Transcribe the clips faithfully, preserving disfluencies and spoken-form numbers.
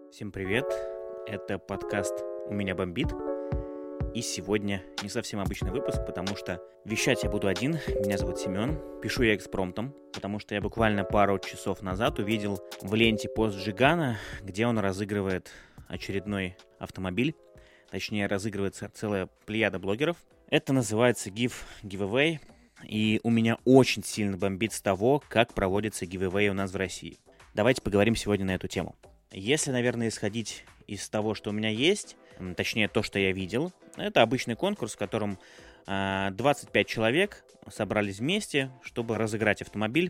Всем привет, это подкаст «У меня бомбит». И сегодня не совсем обычный выпуск, потому что вещать я буду один. Меня зовут Семен, пишу я экспромтом, потому что я буквально пару часов назад увидел в ленте пост Джигана, где он разыгрывает очередной автомобиль. Точнее, разыгрывается целая плеяда блогеров. Это называется Give Giveaway, и у меня очень сильно бомбит с того, как проводится giveaway у нас в России. Давайте поговорим сегодня на эту тему. Если, наверное, исходить из того, что у меня есть, точнее, то, что я видел, это обычный конкурс, в котором двадцать пять человек собрались вместе, чтобы разыграть автомобиль,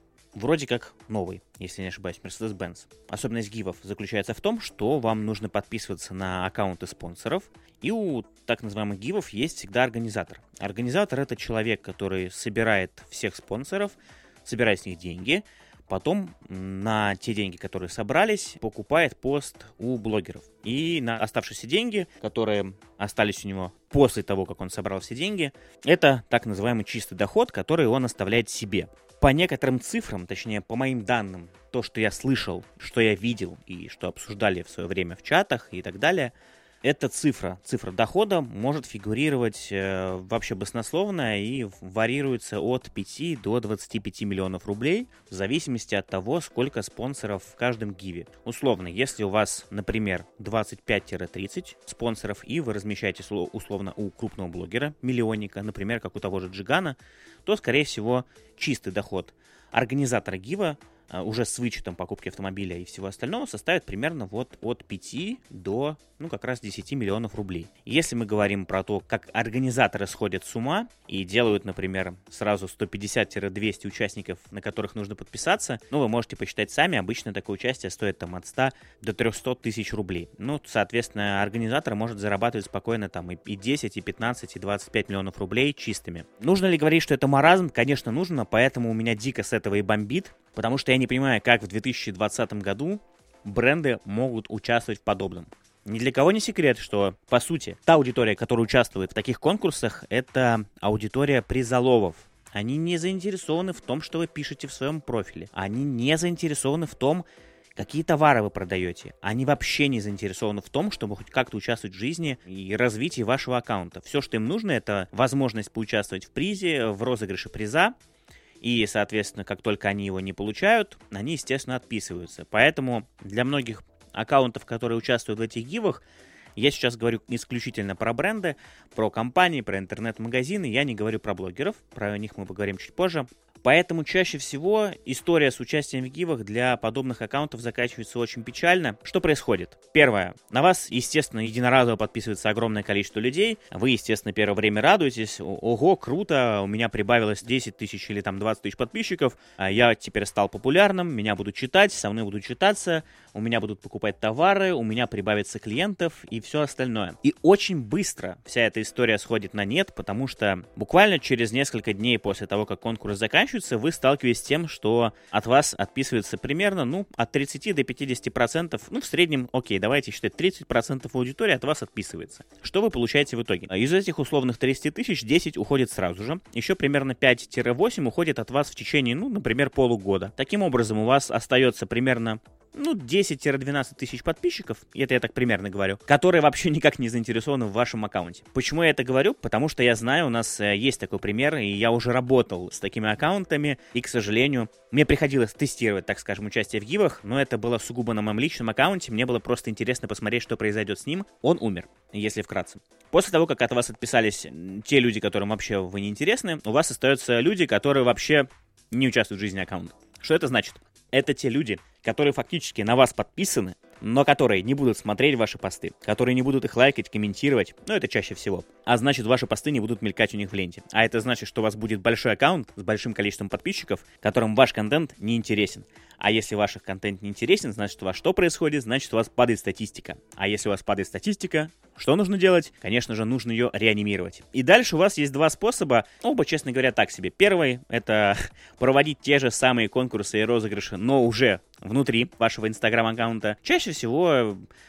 вроде как новый, если не ошибаюсь, Mercedes-Benz. Особенность гивов заключается в том, что вам нужно подписываться на аккаунты спонсоров, и у так называемых гивов есть всегда организатор. Организатор — это человек, который собирает всех спонсоров, собирает с них деньги, потом на те деньги, которые собрались, покупает пост у блогеров. И на оставшиеся деньги, которые остались у него после того, как он собрал все деньги, это так называемый чистый доход, который он оставляет себе. По некоторым цифрам, точнее по моим данным, то, что я слышал, что я видел и что обсуждали в свое время в чатах и так далее, эта цифра, цифра дохода может фигурировать э, вообще баснословно и варьируется от пяти до двадцати пяти миллионов рублей в зависимости от того, сколько спонсоров в каждом гиве. Условно, если у вас, например, двадцать пять - тридцать спонсоров и вы размещаете условно у крупного блогера, миллионника, например, как у того же Джигана, то, скорее всего, чистый доход организатора гива уже с вычетом покупки автомобиля и всего остального составит примерно вот от пяти до, ну, как раз десяти миллионов рублей. Если мы говорим про то, как организаторы сходят с ума и делают, например, сразу сто пятьдесят - двести участников, на которых нужно подписаться, ну, вы можете посчитать сами, обычно такое участие стоит там от ста до трехсот тысяч рублей. Ну, соответственно, организатор может зарабатывать спокойно там и десять, и пятнадцать, и двадцать пять миллионов рублей чистыми. Нужно ли говорить, что это маразм? Конечно, нужно, поэтому у меня дико с этого и бомбит, потому что я не понимаю, как в две тысячи двадцатом году бренды могут участвовать в подобном. Ни для кого не секрет, что, по сути, та аудитория, которая участвует в таких конкурсах, это аудитория призоловов. Они не заинтересованы в том, что вы пишете в своем профиле. Они не заинтересованы в том, какие товары вы продаете. Они вообще не заинтересованы в том, чтобы хоть как-то участвовать в жизни и развитии вашего аккаунта. Все, что им нужно, это возможность поучаствовать в призе, в розыгрыше приза. И, соответственно, как только они его не получают, они, естественно, отписываются. Поэтому для многих аккаунтов, которые участвуют в этих гивах, я сейчас говорю исключительно про бренды, про компании, про интернет-магазины, я не говорю про блогеров, про них мы поговорим чуть позже. Поэтому чаще всего история с участием в гивах для подобных аккаунтов заканчивается очень печально. Что происходит? Первое. На вас, естественно, единоразово подписывается огромное количество людей. Вы, естественно, первое время радуетесь. Ого, круто, у меня прибавилось десять тысяч или там двадцать тысяч подписчиков. Я теперь стал популярным, меня будут читать, со мной будут читаться, у меня будут покупать товары, у меня прибавится клиентов и все остальное. И очень быстро вся эта история сходит на нет, потому что буквально через несколько дней после того, как конкурс заканчивается, вы сталкиваетесь с тем, что от вас отписывается примерно, ну, от тридцати до пятидесяти процентов, ну, в среднем, окей, давайте считать, тридцать процентов аудитории от вас отписывается. Что вы получаете в итоге? Из этих условных тридцати тысяч десять уходит сразу же, еще примерно пять - восемь уходит от вас в течение, ну, например, полугода. Таким образом, у вас остается примерно, ну, десять - двенадцать тысяч подписчиков, это я так примерно говорю, которые вообще никак не заинтересованы в вашем аккаунте. Почему я это говорю? Потому что я знаю, у нас есть такой пример, и я уже работал с такими аккаунтами, и, к сожалению, мне приходилось тестировать, так скажем, участие в гивах, но это было сугубо на моем личном аккаунте, мне было просто интересно посмотреть, что произойдет с ним. Он умер, если вкратце. После того, как от вас отписались те люди, которым вообще вы не интересны, у вас остаются люди, которые вообще не участвуют в жизни аккаунта. Что это значит? Это те люди, которые фактически на вас подписаны, но которые не будут смотреть ваши посты, которые не будут их лайкать, комментировать, ну это чаще всего. А значит, ваши посты не будут мелькать у них в ленте. А это значит, что у вас будет большой аккаунт с большим количеством подписчиков, которым ваш контент не интересен. А если ваш контент не интересен, значит, у вас что происходит? Значит, у вас падает статистика. А если у вас падает статистика, что нужно делать? Конечно же, нужно ее реанимировать. И дальше у вас есть два способа, оба, честно говоря, так себе. Первый — это проводить те же самые конкурсы и розыгрыши, но уже внутри вашего инстаграм-аккаунта. Чаще всего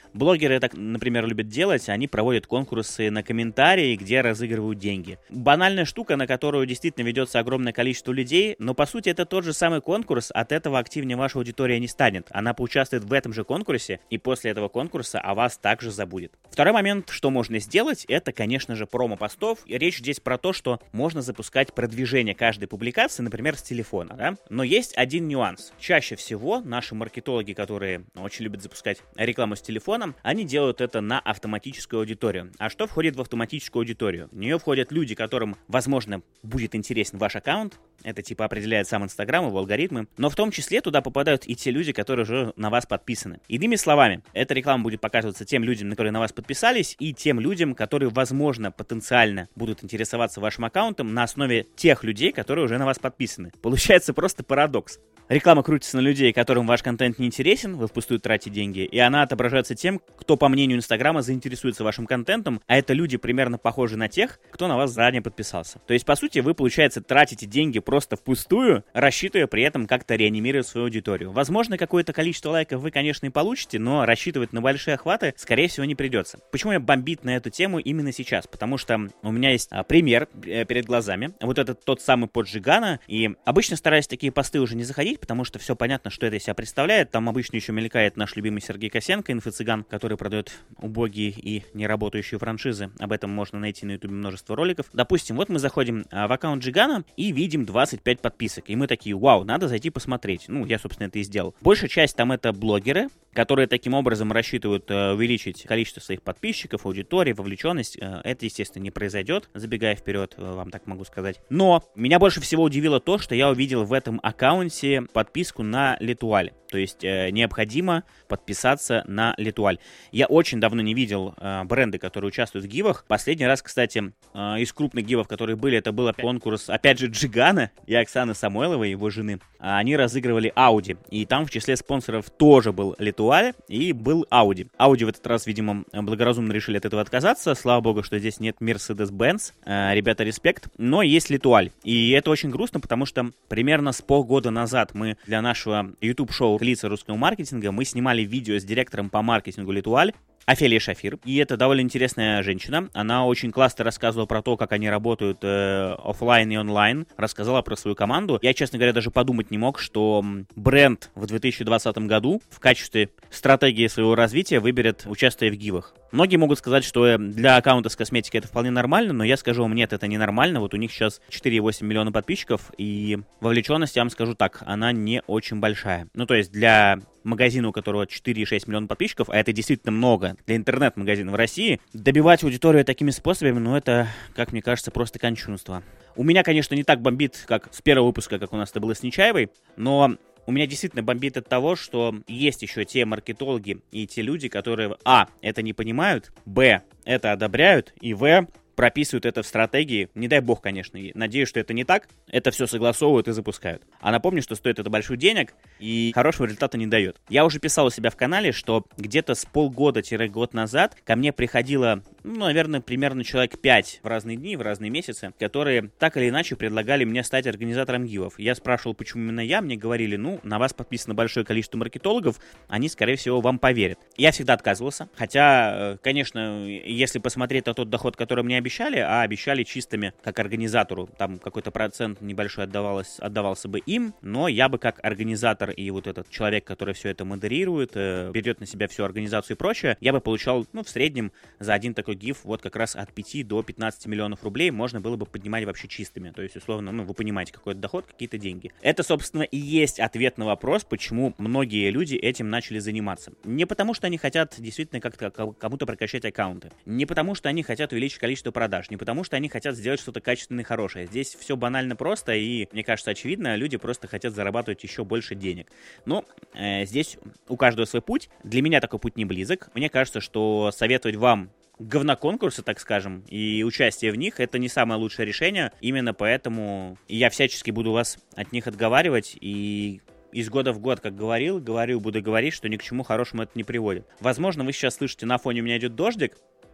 блогеры так, например, любят делать, они проводят конкурсы на комментарии, где разыгрывают деньги. Банальная штука, на которую действительно ведется огромное количество людей, но по сути это тот же самый конкурс, от этого активнее ваша аудитория не станет. Она поучаствует в этом же конкурсе, и после этого конкурса о вас также забудет. Второй момент, что можно сделать, это, конечно же, промо-постов. Речь здесь про то, что можно запускать продвижение каждой публикации, например, с телефона, да? Но есть один нюанс. Чаще всего наши маркетологи, которые очень любят запускать рекламу с телефона, они делают это на автоматическую аудиторию. А что входит в автоматическую аудиторию? В нее входят люди, которым, возможно, будет интересен ваш аккаунт. Это типа определяет сам Инстаграм, его алгоритмы. Но в том числе туда попадают и те люди, которые уже на вас подписаны. Иными словами, эта реклама будет показываться тем людям, которые на вас подписались, и тем людям, которые, возможно, потенциально будут интересоваться вашим аккаунтом на основе тех людей, которые уже на вас подписаны. Получается просто парадокс. Реклама крутится на людей, которым ваш контент не интересен, вы впустую тратите деньги, и она отображается тем, кто, по мнению Инстаграма, заинтересуется вашим контентом, а это люди примерно похожи на тех, кто на вас заранее подписался. То есть, по сути, вы, получается, тратите деньги просто впустую, рассчитывая при этом как-то реанимировать свою аудиторию. Возможно, какое-то количество лайков вы, конечно, и получите, но рассчитывать на большие охваты, скорее всего, не придется. Почему я бомбит на эту тему именно сейчас? Потому что у меня есть а, пример э, перед глазами. Вот этот тот самый под Жигана, и обычно стараюсь в такие посты уже не заходить, потому что все понятно, что это из себя представляет. Там обычно еще мелькает наш любимый Сергей Косенко, инфо-цыган, который продает убогие и неработающие франшизы. Об этом можно найти на ютубе множество роликов. Допустим, вот мы заходим в аккаунт Жигана и видим двадцать пять подписок. И мы такие, вау, надо зайти посмотреть. Ну, я, собственно, это и сделал. Большая часть там это блогеры, которые таким образом рассчитывают э, увеличить количество своих подписчиков, аудитории, вовлеченность. Э, это, естественно, не произойдет, забегая вперед, э, вам так могу сказать. Но меня больше всего удивило то, что я увидел в этом аккаунте подписку на Летуаль. То есть э, необходимо подписаться на Летуаль. Я очень давно не видел э, бренды, которые участвуют в гивах. Последний раз, кстати, э, из крупных гивов, которые были, это был конкурс, опять же, Джигана и Оксаны Самойловой, его жены. Они разыгрывали Audi. И там в числе спонсоров тоже был Летуаль и был Audi. Audi в этот раз, видимо, благоразумно решили от этого отказаться. Слава богу, что здесь нет Mercedes-Benz. Э, ребята, респект. Но есть Летуаль. И это очень грустно, потому что примерно с полгода назад мы для нашего YouTube-шоу «Лица русского маркетинга» мы снимали видео с директором по маркетингу Летуаль, Офелия Шафир. И это довольно интересная женщина. Она очень классно рассказывала про то, как они работают э, офлайн и онлайн. Рассказала про свою команду. Я, честно говоря, даже подумать не мог, что бренд в две тысячи двадцатом году в качестве стратегии своего развития выберет участие в гивах. Многие могут сказать, что для аккаунта с косметикой это вполне нормально, но я скажу вам, нет, это не нормально. Вот у них сейчас четыре и восемь миллиона подписчиков, и вовлеченность, я вам скажу так, она не очень большая. Ну, то есть для магазина, у которого четыре и шесть миллиона подписчиков, а это действительно много для интернет-магазина в России, добивать аудиторию такими способами, ну, это, как мне кажется, просто кончунство. У меня, конечно, не так бомбит, как с первого выпуска, как у нас это было с Нечаевой, но у меня действительно бомбит от того, что есть еще те маркетологи и те люди, которые, а, это не понимают, б, это одобряют, и в, прописывают это в стратегии. Не дай бог, конечно. Надеюсь, что это не так. Это все согласовывают и запускают. А напомню, что стоит это больших денег и хорошего результата не дает. Я уже писал у себя в канале, что где-то с полгода-год назад ко мне приходило, ну, наверное, примерно человек пять в разные дни, в разные месяцы, которые так или иначе предлагали мне стать организатором гивов. Я спрашивал, почему именно я. Мне говорили, ну, на вас подписано большое количество маркетологов, они, скорее всего, вам поверят. Я всегда отказывался. Хотя, конечно, если посмотреть на тот доход, который мне обещали, обещали, а обещали чистыми как организатору. Там какой-то процент небольшой отдавалось, отдавался бы им, но я бы как организатор и вот этот человек, который все это модерирует, э, берет на себя всю организацию и прочее, я бы получал, ну, в среднем за один такой гиф вот как раз от пяти до пятнадцати миллионов рублей можно было бы поднимать вообще чистыми. То есть, условно, ну, вы понимаете, какой-то доход, какие-то деньги. Это, собственно, и есть ответ на вопрос, почему многие люди этим начали заниматься. Не потому, что они хотят действительно как-то кому-то прокачать аккаунты. Не потому, что они хотят увеличить количество продаж, не потому что они хотят сделать что-то качественное и хорошее. Здесь все банально просто, и, мне кажется, очевидно, люди просто хотят зарабатывать еще больше денег. Но э, здесь у каждого свой путь. Для меня такой путь не близок. Мне кажется, что советовать вам говноконкурсы, так скажем, и участие в них — это не самое лучшее решение. Именно поэтому я всячески буду вас от них отговаривать, и из года в год, как говорил, говорю, буду говорить, что ни к чему хорошему это не приводит. Возможно, вы сейчас слышите, на фоне у меня идет дождик.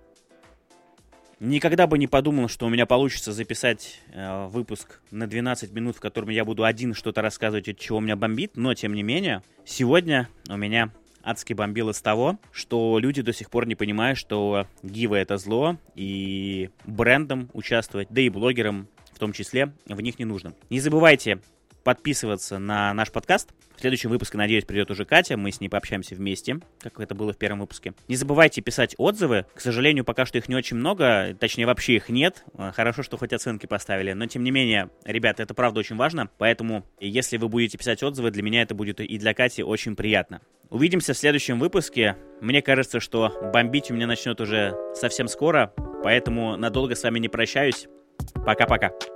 Никогда бы не подумал, что у меня получится записать э, выпуск на двенадцать минут, в котором я буду один что-то рассказывать, от чего меня бомбит, но, тем не менее, сегодня у меня адски бомбил из того, что люди до сих пор не понимают, что гивы — это зло, и брендам участвовать, да и блогерам в том числе, в них не нужно. Не забывайте подписываться на наш подкаст. В следующем выпуске, надеюсь, придет уже Катя. Мы с ней пообщаемся вместе, как это было в первом выпуске. Не забывайте писать отзывы. К сожалению, пока что их не очень много. Точнее, вообще их нет. Хорошо, что хоть оценки поставили. Но, тем не менее, ребята, это правда очень важно. Поэтому, если вы будете писать отзывы, для меня это будет и для Кати очень приятно. Увидимся в следующем выпуске. Мне кажется, что бомбить у меня начнет уже совсем скоро. Поэтому надолго с вами не прощаюсь. Пока-пока.